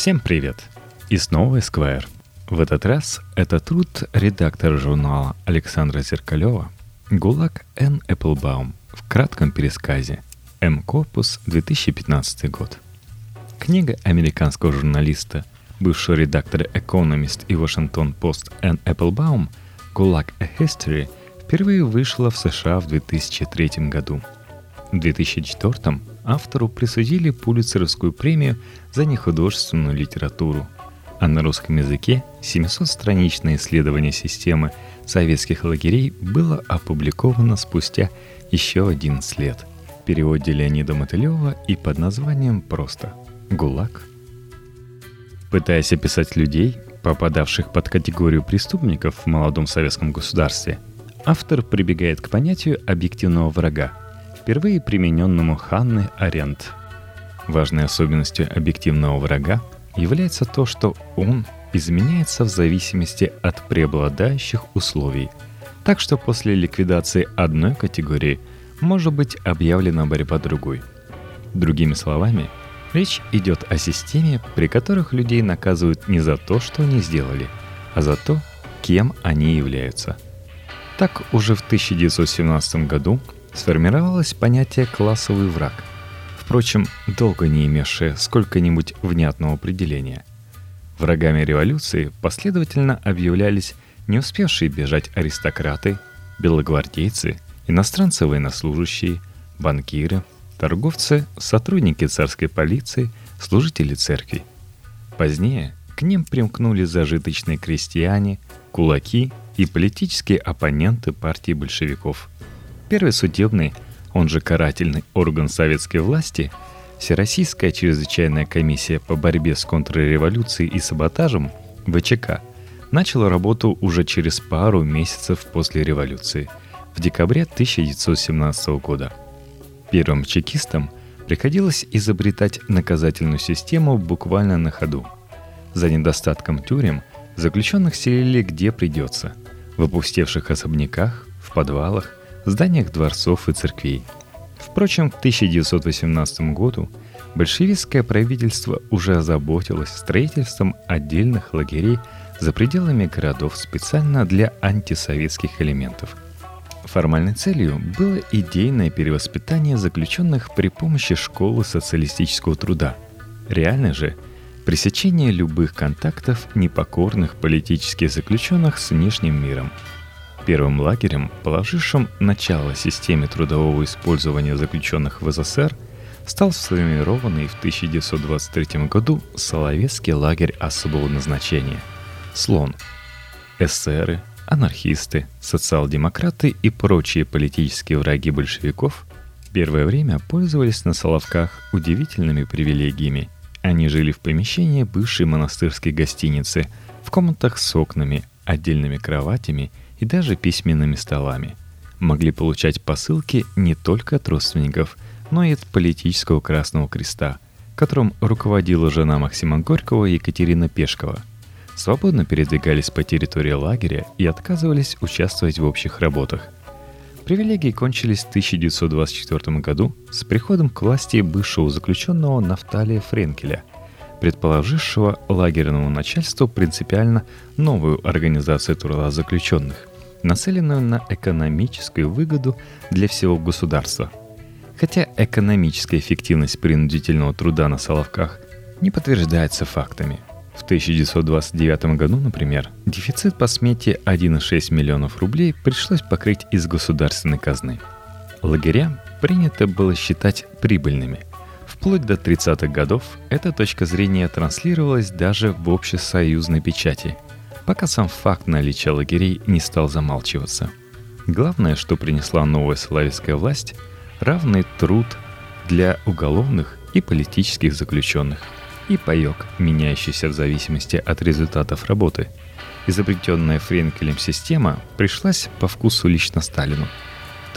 Всем привет! И снова Esquire. В этот раз это труд редактора журнала Александра Зеркалева «ГУЛАГ Н. Эпплбаум» в кратком пересказе. М-корпус, 2015 год. Книга американского журналиста, бывшего редактора Economist и Washington Post Н. Эпплбаум «ГУЛАГ A History» впервые вышла в США в 2003 году. В 2004 автору присудили Пулитцеровскую премию за нехудожественную литературу, а на русском языке 700-страничное исследование системы советских лагерей было опубликовано спустя еще 11 лет в переводе Леонида Мотылева и под названием просто «ГУЛАГ». Пытаясь описать людей, попадавших под категорию преступников в молодом советском государстве, автор прибегает к понятию объективного врага, впервые примененному Ханной Аренд. Важной особенностью объективного врага является то, что он изменяется в зависимости от преобладающих условий, так что после ликвидации одной категории может быть объявлена борьба другой. Другими словами, речь идет о системе, при которых людей наказывают не за то, что они сделали, а за то, кем они являются. Так уже в 1917 году сформировалось понятие «классовый враг», впрочем, долго не имевшее сколько-нибудь внятного определения. Врагами революции последовательно объявлялись не успевшие бежать аристократы, белогвардейцы, иностранцы военнослужащие, банкиры, торговцы, сотрудники царской полиции, служители церкви. Позднее к ним примкнули зажиточные крестьяне, кулаки и политические оппоненты партии большевиков. Первый судебный, он же карательный орган советской власти, Всероссийская чрезвычайная комиссия по борьбе с контрреволюцией и саботажем, ВЧК, начала работу уже через пару месяцев после революции, в декабре 1917 года. Первым чекистам приходилось изобретать наказательную систему буквально на ходу. За недостатком тюрем заключенных селили где придется – в опустевших особняках, в подвалах, зданиях дворцов и церквей. Впрочем, к 1918 году большевистское правительство уже озаботилось строительством отдельных лагерей за пределами городов специально для антисоветских элементов. Формальной целью было идейное перевоспитание заключенных при помощи школы социалистического труда. Реально же – пресечение любых контактов непокорных политических заключенных с внешним миром. Первым лагерем, положившим начало системе трудового использования заключенных в СССР, стал сформированный в 1923 году Соловецкий лагерь особого назначения – «Слон». Эсеры, анархисты, социал-демократы и прочие политические враги большевиков первое время пользовались на Соловках удивительными привилегиями. Они жили в помещении бывшей монастырской гостиницы, в комнатах с окнами, отдельными кроватями и даже письменными столами. Могли получать посылки не только от родственников, но и от политического Красного Креста, которым руководила жена Максима Горького Екатерина Пешкова. Свободно передвигались по территории лагеря и отказывались участвовать в общих работах. Привилегии кончились в 1924 году с приходом к власти бывшего заключенного Нафталия Френкеля, предположившего лагерному начальству принципиально новую организацию труда заключенных, нацеленную на экономическую выгоду для всего государства. Хотя экономическая эффективность принудительного труда на Соловках не подтверждается фактами. В 1929 году, например, дефицит по смете 1,6 миллионов рублей пришлось покрыть из государственной казны. Лагеря принято было считать прибыльными. Вплоть до 30-х годов эта точка зрения транслировалась даже в общесоюзной печати, пока сам факт наличия лагерей не стал замалчиваться. Главное, что принесла новая соловецкая власть – равный труд для уголовных и политических заключенных и паёк, меняющийся в зависимости от результатов работы. Изобретенная Френкелем система пришлась по вкусу лично Сталину. В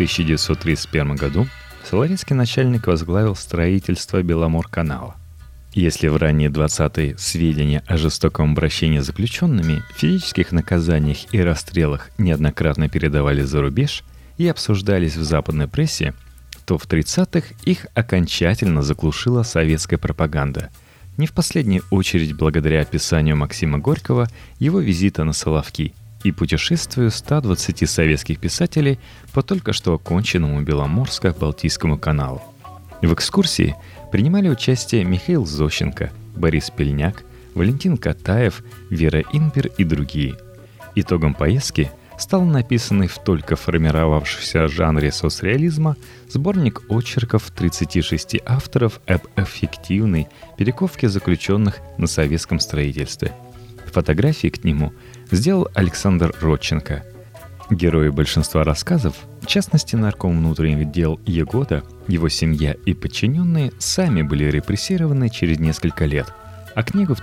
1931 году Соловецкий начальник возглавил строительство Беломорканала. Если в ранние 20-е сведения о жестоком обращении с заключенными, физических наказаниях и расстрелах неоднократно передавали за рубеж и обсуждались в западной прессе, то в 30-х их окончательно заглушила советская пропаганда, Не в последнюю очередь благодаря описанию Максима Горького его визита на Соловки и путешествию 120 советских писателей по только что оконченному Беломорско-Балтийскому каналу. В экскурсии принимали участие Михаил Зощенко, Борис Пельняк, Валентин Катаев, Вера Инбер и другие. Итогом поездки стал написанный в только формировавшемся жанре соцреализма сборник очерков 36 авторов об эффективной перековке заключенных на советском строительстве. Фотографии к нему сделал Александр Родченко. Герои большинства рассказов, в частности нарком внутренних дел Егода, его семья и подчиненные, сами были репрессированы через несколько лет, а книгу в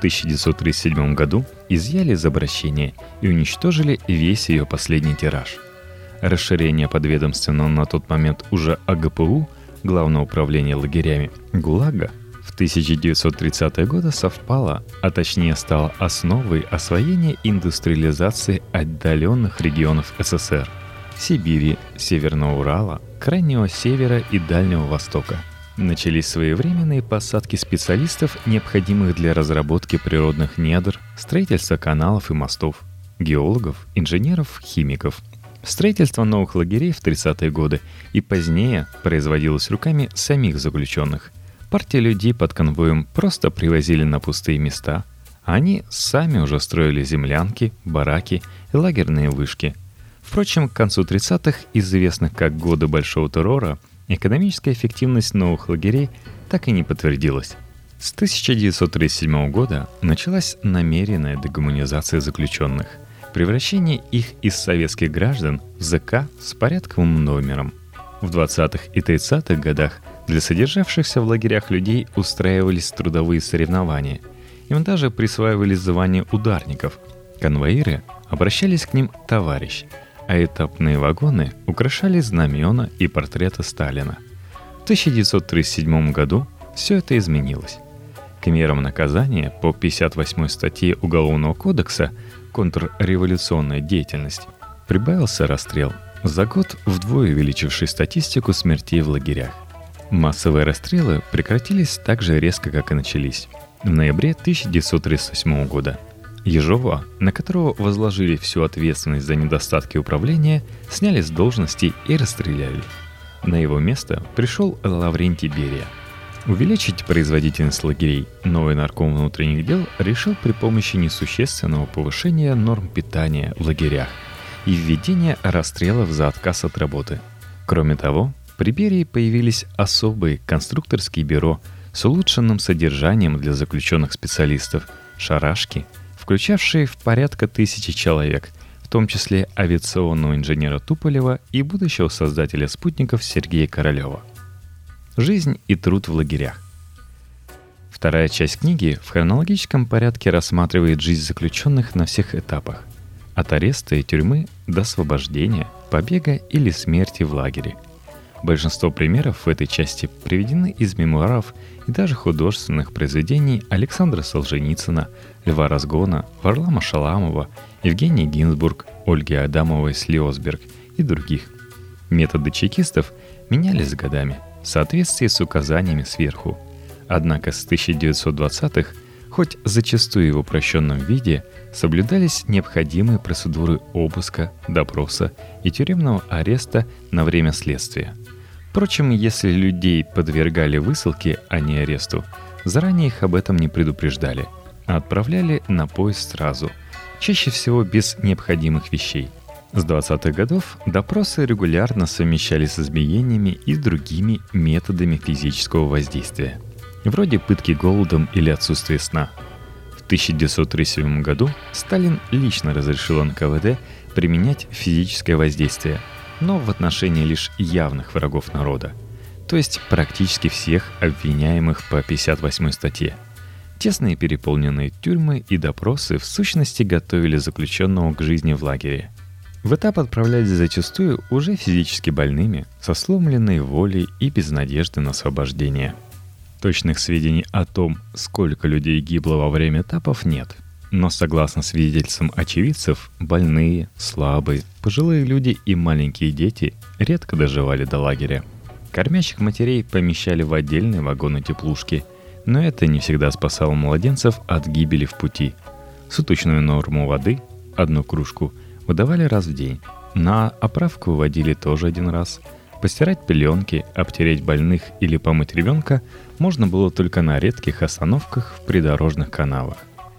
1937 году изъяли из обращения и уничтожили весь ее последний тираж. Расширение подведомственного на тот момент уже АГПУ, Главного управления лагерями ГУЛАГа, в 1930-е годы совпало, а точнее стало основой освоения индустриализации отдаленных регионов СССР – Сибири, Северного Урала, Крайнего Севера и Дальнего Востока. Начались своевременные посадки специалистов, необходимых для разработки природных недр, строительства каналов и мостов, геологов, инженеров, химиков. Строительство новых лагерей в 30-е годы и позднее производилось руками самих заключенных. Партии людей под конвоем просто привозили на пустые места, а они сами уже строили землянки, бараки и лагерные вышки. Впрочем, к концу 30-х, известных как годы Большого террора, экономическая эффективность новых лагерей так и не подтвердилась. С 1937 года началась намеренная дегуманизация заключенных, превращение их из советских граждан в ЗК с порядковым номером. В 20-х и 30-х годах для содержавшихся в лагерях людей устраивались трудовые соревнования. Им даже присваивались звания ударников. Конвоиры обращались к ним «товарищ», а этапные вагоны украшали знамена и портреты Сталина. В 1937 году все это изменилось. К мерам наказания по 58-й статье Уголовного кодекса «Контрреволюционная деятельность» прибавился расстрел, за год вдвое увеличивший статистику смертей в лагерях. Массовые расстрелы прекратились так же резко, как и начались. В ноябре 1938 года Ежова, на которого возложили всю ответственность за недостатки управления, сняли с должности и расстреляли. На его место пришел Лаврентий Берия. Увеличить производительность лагерей новый нарком внутренних дел решил при помощи несущественного повышения норм питания в лагерях и введения расстрелов за отказ от работы. Кроме того, при Берии появились особые конструкторские бюро с улучшенным содержанием для заключенных специалистов «Шарашки», включавшие в порядка 1000 человек, в том числе авиационного инженера Туполева и будущего создателя спутников Сергея Королева. Жизнь и труд в лагерях. Вторая часть книги в хронологическом порядке рассматривает жизнь заключенных на всех этапах, от ареста и тюрьмы до освобождения, побега или смерти в лагере. Большинство примеров в этой части приведены из мемуаров и даже художественных произведений Александра Солженицына, Льва Разгона, Варлама Шаламова, Евгении Гинзбург, Ольги Адамовой Слиосберг и других. Методы чекистов менялись с годами в соответствии с указаниями сверху. Однако с 1920-х, хоть зачастую и в упрощенном виде, соблюдались необходимые процедуры обыска, допроса и тюремного ареста на время следствия. Впрочем, если людей подвергали высылке, а не аресту, заранее их об этом не предупреждали, а отправляли на поезд сразу, чаще всего без необходимых вещей. С 20-х годов допросы регулярно совмещались с избиениями и другими методами физического воздействия, вроде пытки голодом или отсутствия сна. В 1937 году Сталин лично разрешил НКВД применять физическое воздействие, но в отношении лишь явных врагов народа, то есть практически всех обвиняемых по 58-й статье. Тесные переполненные тюрьмы и допросы в сущности готовили заключенного к жизни в лагере. В этап отправлялись зачастую уже физически больными, со сломленной волей и без надежды на освобождение. Точных сведений о том, сколько людей гибло во время этапов, нет. Но согласно свидетельствам очевидцев, больные, слабые, пожилые люди и маленькие дети редко доживали до лагеря. Кормящих матерей помещали в отдельные вагоны-теплушки, Но это не всегда спасало младенцев от гибели в пути. Суточную норму воды, 1 кружку, выдавали раз в день. На оправку выводили тоже 1 раз. Постирать пеленки, обтереть больных или помыть ребенка можно было только на редких остановках в придорожных канавах.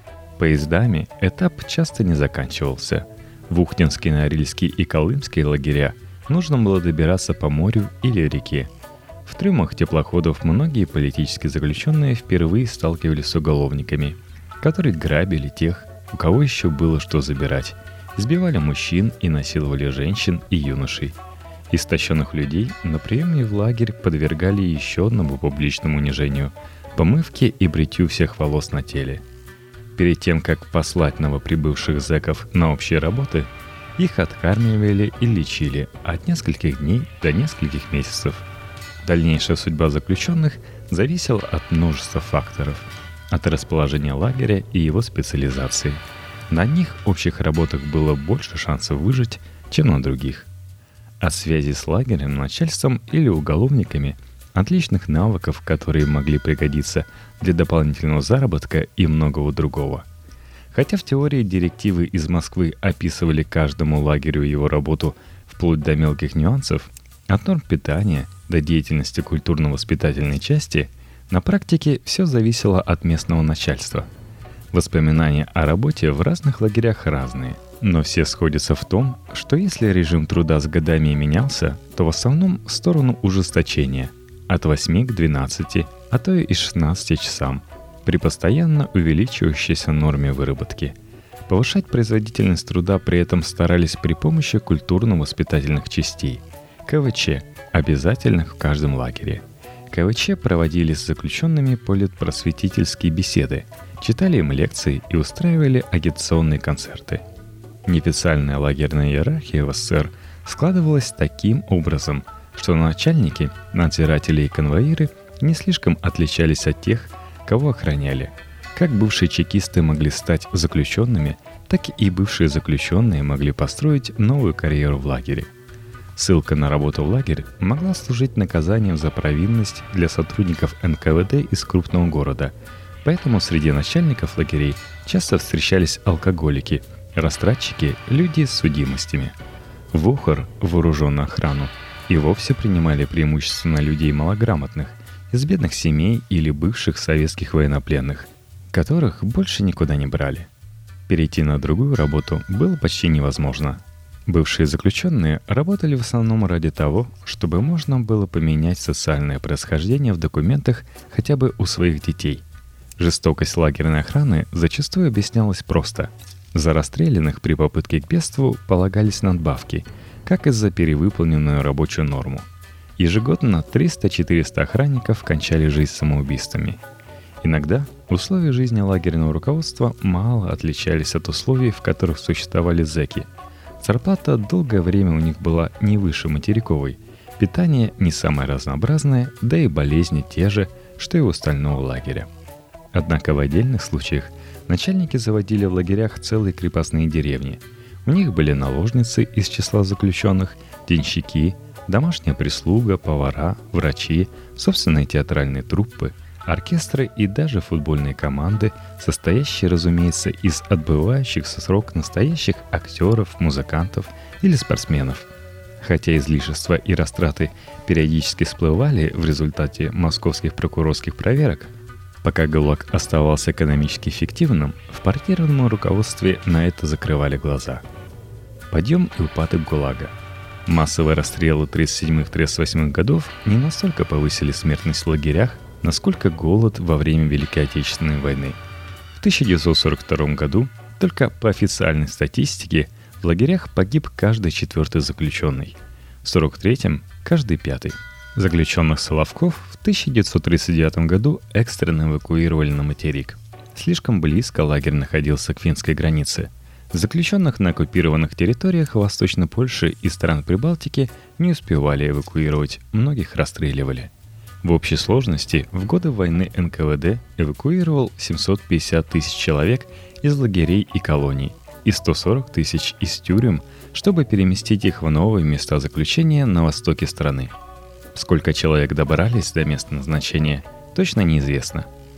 Поездами этап часто не заканчивался. В Ухтинские, Норильские и Колымские лагеря нужно было добираться по морю или реке. В трюмах теплоходов многие политические заключенные впервые сталкивались с уголовниками, которые грабили тех, у кого еще было что забирать, избивали мужчин и насиловали женщин и юношей. Истощенных людей на приеме в лагерь подвергали еще одному публичному унижению – помывке и бритью всех волос на теле. Перед тем, как послать новоприбывших зэков на общие работы, их откармливали и лечили от нескольких дней до нескольких месяцев. Дальнейшая судьба заключенных зависела от множества факторов, от расположения лагеря и его специализации. На одних общих работах было больше шансов выжить, чем на других. От связи с лагерем, начальством или уголовниками, от личных навыков, которые могли пригодиться для дополнительного заработка и многого другого. Хотя в теории директивы из Москвы описывали каждому лагерю его работу вплоть до мелких нюансов, от норм питания до деятельности культурно-воспитательной части, на практике все зависело от местного начальства. Воспоминания о работе в разных лагерях разные, но все сходятся в том, что если режим труда с годами менялся, то в основном в сторону ужесточения – от 8 к 12, а то и 16 часам, при постоянно увеличивающейся норме выработки. Повышать производительность труда при этом старались при помощи культурно-воспитательных частей – КВЧ, обязательных в каждом лагере. КВЧ проводили с заключенными политпросветительские беседы, читали им лекции и устраивали агитационные концерты. Неофициальная лагерная иерархия в СССР складывалась таким образом, что начальники, надзиратели и конвоиры не слишком отличались от тех, кого охраняли. Как бывшие чекисты могли стать заключенными, так и бывшие заключенные могли построить новую карьеру в лагере. Ссылка на работу в лагерь могла служить наказанием за провинность для сотрудников НКВД из крупного города, поэтому среди начальников лагерей часто встречались алкоголики, растратчики, люди с судимостями. В ОХР, вооруженную охрану, и вовсе принимали преимущественно людей малограмотных, из бедных семей или бывших советских военнопленных, которых больше никуда не брали. Перейти на другую работу было почти невозможно. Бывшие заключенные работали в основном ради того, чтобы можно было поменять социальное происхождение в документах хотя бы у своих детей. Жестокость лагерной охраны зачастую объяснялась просто. За расстрелянных при попытке к бегству полагались надбавки, как и за перевыполненную рабочую норму. Ежегодно 300-400 охранников кончали жизнь самоубийствами. Иногда условия жизни лагерного руководства мало отличались от условий, в которых существовали зэки. Зарплата долгое время у них была не выше материковой, питание не самое разнообразное, да и болезни те же, что и у остального лагеря. Однако в отдельных случаях начальники заводили в лагерях целые крепостные деревни. У них были наложницы из числа заключенных, денщики, домашняя прислуга, повара, врачи, собственные театральные труппы, оркестры и даже футбольные команды, состоящие, разумеется, из отбывающих срок настоящих актеров, музыкантов или спортсменов. Хотя излишества и растраты периодически всплывали в результате московских прокурорских проверок, пока ГУЛАГ оставался экономически эффективным, в партийном руководстве на это закрывали глаза. Подъем и упадок ГУЛАГа. Массовые расстрелы 1937-1938 годов не настолько повысили смертность в лагерях, насколько голод во время Великой Отечественной войны. В 1942 году только по официальной статистике в лагерях погиб каждый 4-й заключенный. В 1943-м – каждый 5-й. Заключенных Соловков в 1939 году экстренно эвакуировали на материк. Слишком близко лагерь находился к финской границе. Заключенных на оккупированных территориях Восточной Польши и стран Прибалтики не успевали эвакуировать, многих расстреливали. В общей сложности в годы войны НКВД эвакуировал 750 тысяч человек из лагерей и колоний и 140 тысяч из тюрем, чтобы переместить их в новые места заключения на востоке страны. Сколько человек добрались до места назначения, точно неизвестно.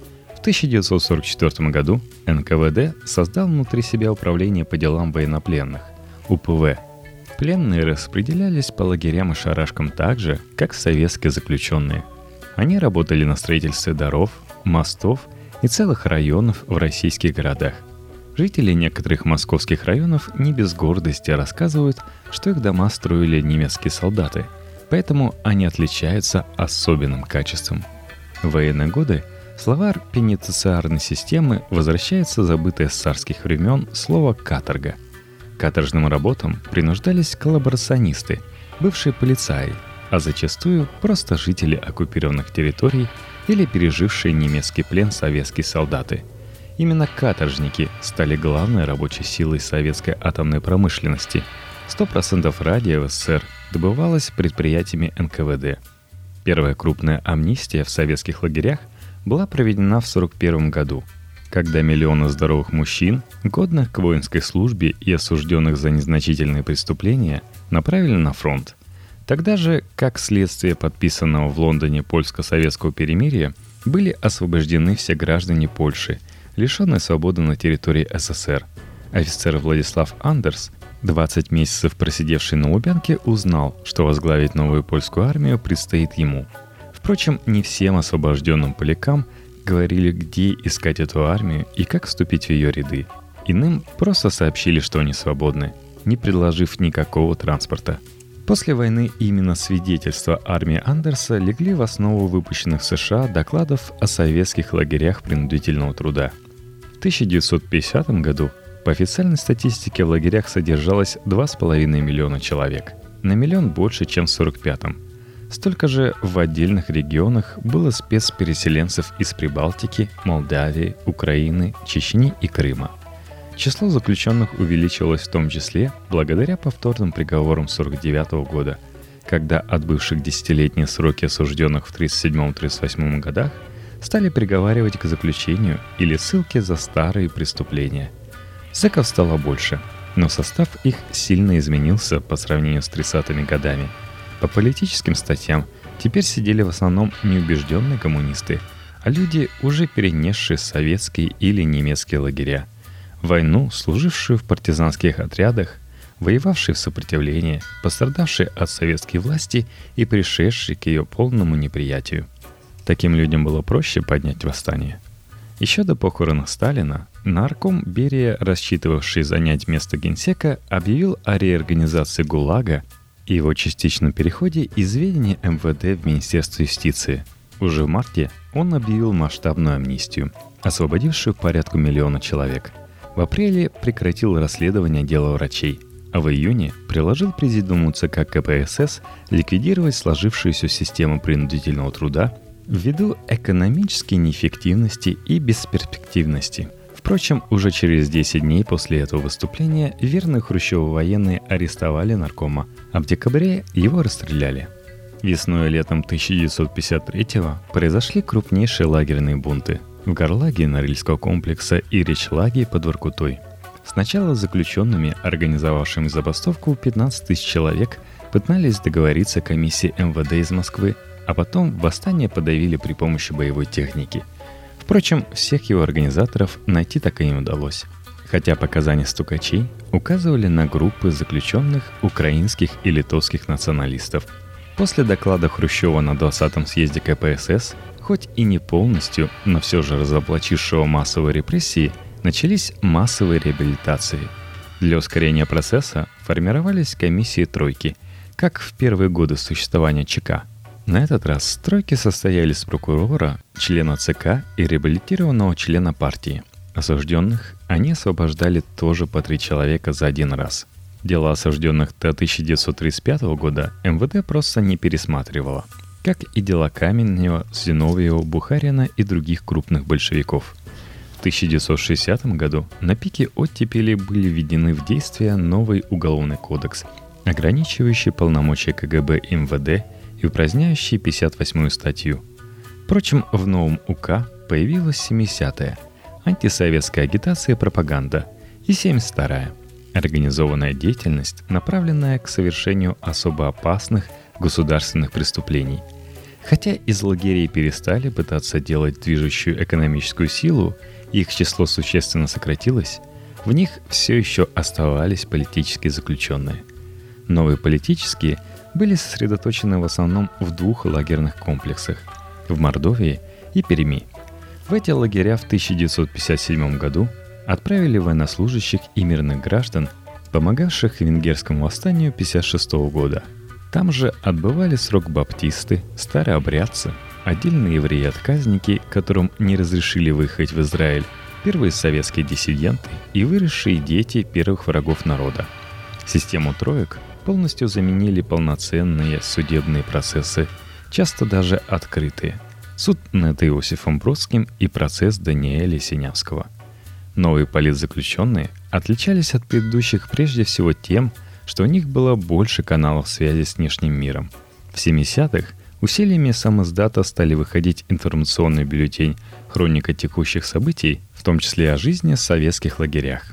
1944 году НКВД создал внутри себя Управление по делам военнопленных, УПВ. Пленные распределялись по лагерям и шарашкам так же, как советские заключенные. Они работали на строительстве дорог, мостов и целых районов в российских городах. Жители некоторых московских районов не без гордости рассказывают, что их дома строили немецкие солдаты, поэтому они отличаются особенным качеством. В военные годы в словарь пенитенциарной системы возвращается забытое с царских времен слово «каторга». К каторжным работам принуждались коллаборационисты, бывшие полицаи, а зачастую просто жители оккупированных территорий или пережившие немецкий плен советские солдаты. Именно каторжники стали главной рабочей силой советской атомной промышленности. 100% радия в СССР добывалось предприятиями НКВД. Первая крупная амнистия в советских лагерях была проведена в 1941 году, когда миллионы здоровых мужчин, годных к воинской службе и осужденных за незначительные преступления, направили на фронт. Тогда же, как следствие подписанного в Лондоне польско-советского перемирия, были освобождены все граждане Польши, лишенные свободы на территории СССР. Офицер Владислав Андерс, 20 месяцев просидевший на Лубянке, узнал, что возглавить новую польскую армию предстоит ему. Впрочем, не всем освобожденным полякам говорили, где искать эту армию и как вступить в ее ряды. Иным просто сообщили, что они свободны, не предложив никакого транспорта. После войны именно свидетельства армии Андерса легли в основу выпущенных в США докладов о советских лагерях принудительного труда. В 1950 году по официальной статистике в лагерях содержалось 2,5 миллиона человек, на миллион больше, чем в 1945-м. Столько же в отдельных регионах было спецпереселенцев из Прибалтики, Молдавии, Украины, Чечни и Крыма. Число заключенных увеличилось в том числе благодаря повторным приговорам 1949 года, когда отбывших десятилетние сроки осужденных в 1937-1938 годах стали приговаривать к заключению или ссылке за старые преступления. Зэков стало больше, но состав их сильно изменился по сравнению с 30-ми годами. По политическим статьям теперь сидели в основном не убежденные коммунисты, а люди, уже перенесшие советские или немецкие лагеря. Войну, служившую в партизанских отрядах, воевавшие в сопротивлении, пострадавшие от советской власти и пришедшие к ее полному неприятию. Таким людям было проще поднять восстание. Еще до похорон Сталина нарком Берия, рассчитывавший занять место генсека, объявил о реорганизации ГУЛАГа и его частичном переходе из ведения МВД в Министерство юстиции. Уже в марте он объявил масштабную амнистию, освободившую порядка 1 миллиона человек. В апреле прекратил расследование дела врачей, а в июне предложил президиуму ЦК КПСС ликвидировать сложившуюся систему принудительного труда ввиду экономической неэффективности и бесперспективности. Впрочем, уже через 10 дней после этого выступления верные Хрущеву военные арестовали наркома, а в декабре его расстреляли. Весной и летом 1953-го произошли крупнейшие лагерные бунты в Горлаге Норильского комплекса и Речлаге под Воркутой. Сначала с заключенными, организовавшими забастовку 15 тысяч человек, пытались договориться комиссии МВД из Москвы, а потом восстание подавили при помощи боевой техники. Впрочем, всех его организаторов найти так и не удалось, хотя показания стукачей указывали на группы заключенных украинских и литовских националистов. После доклада Хрущева на 20-м съезде КПСС, хоть и не полностью, но все же разоблачившего массовые репрессии, начались массовые реабилитации. Для ускорения процесса формировались комиссии «тройки», как в первые годы существования ЧК. На этот раз тройки состояли из прокурора, члена ЦК и реабилитированного члена партии. Осужденных они освобождали тоже по 3 человека за один раз. Дела осужденных до 1935 года МВД просто не пересматривало, как и дела Каменева, Зиновьева, Бухарина и других крупных большевиков. В 1960 году на пике оттепели были введены в действие новый уголовный кодекс, ограничивающий полномочия КГБ и МВД и упраздняющий 58-ю статью. Впрочем, в новом УК появилась 70-я – антисоветская агитация и пропаганда, и 72-я – организованная деятельность, направленная к совершению особо опасных государственных преступлений. Хотя из лагерей перестали пытаться делать движущую экономическую силу, их число существенно сократилось, в них все еще оставались политические заключенные. Новые политические были сосредоточены в основном в двух лагерных комплексах – в Мордовии и Перми. В эти лагеря в 1957 году отправили военнослужащих и мирных граждан, помогавших венгерскому восстанию 1956 года. Там же отбывали срок баптисты, старообрядцы, отдельные евреи-отказники, которым не разрешили выехать в Израиль, первые советские диссиденты и выросшие дети первых врагов народа. Систему троек полностью заменили полноценные судебные процессы, часто даже открытые. Суд над Иосифом Бродским и процесс Даниэля Синявского. Новые политзаключенные отличались от предыдущих прежде всего тем, что у них было больше каналов связи с внешним миром. В 70-х усилиями самиздата стали выходить информационный бюллетень «Хроника текущих событий», в том числе о жизни в советских лагерях.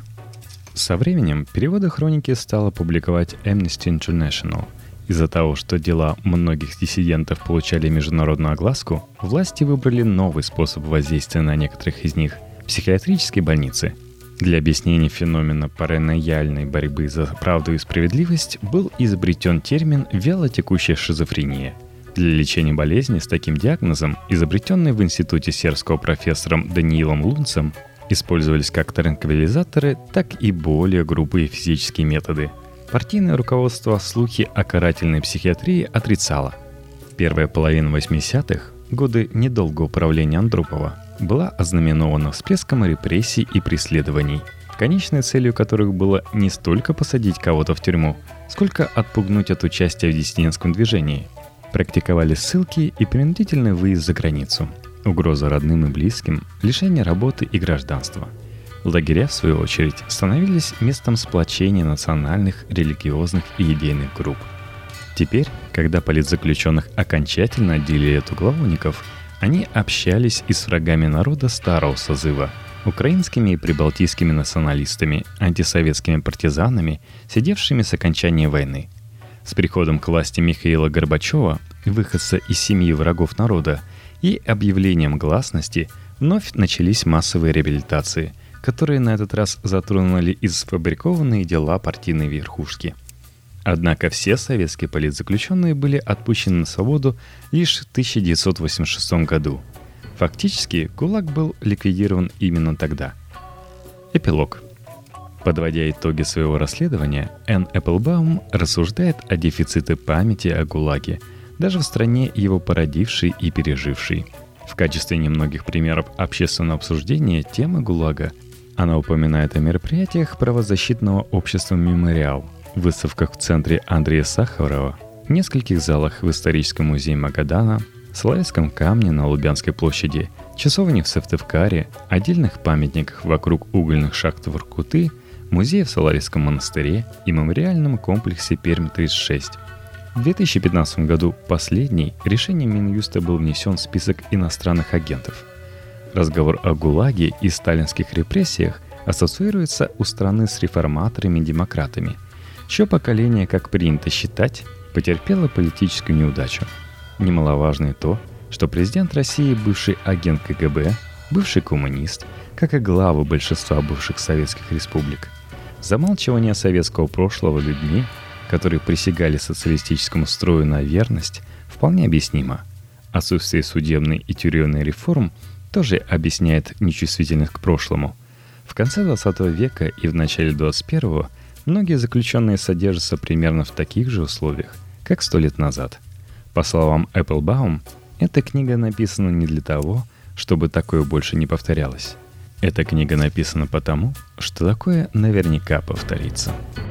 Со временем переводы хроники стала публиковать Amnesty International. Из-за того, что дела многих диссидентов получали международную огласку, власти выбрали новый способ воздействия на некоторых из них – психиатрические больницы. Для объяснения феномена параноидальной борьбы за правду и справедливость был изобретен термин «вялотекущая шизофрения». Для лечения болезни с таким диагнозом, изобретенный в институте сербского профессором Даниилом Лунцем, использовались как транквилизаторы, так и более грубые физические методы. Партийное руководство слухи о карательной психиатрии отрицало. Первая половина 80-х, годы недолгого правления Андропова, была ознаменована всплеском репрессий и преследований, конечной целью которых было не столько посадить кого-то в тюрьму, сколько отпугнуть от участия в диссидентском движении. Практиковали ссылки и принудительный выезд за границу, угроза родным и близким, лишение работы и гражданства. Лагеря, в свою очередь, становились местом сплочения национальных, религиозных и идейных групп. Теперь, когда политзаключенных окончательно отделили от уголовников, они общались и с врагами народа старого созыва, украинскими и прибалтийскими националистами, антисоветскими партизанами, сидевшими с окончания войны. С приходом к власти Михаила Горбачева, выходца из семьи врагов народа, и объявлением гласности вновь начались массовые реабилитации, которые на этот раз затронули и сфабрикованные дела партийной верхушки. Однако все советские политзаключенные были отпущены на свободу лишь в 1986 году. Фактически, ГУЛАГ был ликвидирован именно тогда. Эпилог. Подводя итоги своего расследования, Энн Эпплбаум рассуждает о дефиците памяти о ГУЛАГе, даже в стране, его породившей и пережившей. В качестве немногих примеров общественного обсуждения темы ГУЛАГа она упоминает о мероприятиях правозащитного общества «Мемориал», выставках в центре Андрея Сахарова, нескольких залах в историческом музее Магадана, Славянском камне на Лубянской площади, часовне в Сыктывкаре, отдельных памятниках вокруг угольных шахт Воркуты, музее в Саларийском монастыре и мемориальном комплексе Пермь-36. В 2015 году последний решением Минюста был внесен в список иностранных агентов. Разговор о ГУЛАГе и сталинских репрессиях ассоциируется у страны с реформаторами и демократами, чье поколение, как принято считать, потерпело политическую неудачу. Немаловажно и то, что президент России – бывший агент КГБ, бывший коммунист, как и главы большинства бывших советских республик. Замалчивание советского прошлого людьми, которые присягали социалистическому строю на верность, вполне объяснимо. Отсутствие судебной и тюремной реформ тоже объясняет нечувствительность к прошлому. В конце 20 века и в начале 21-го многие заключенные содержатся примерно в таких же условиях, как 100 лет назад. По словам Эпплбаум, эта книга написана не для того, чтобы такое больше не повторялось. Эта книга написана потому, что такое наверняка повторится.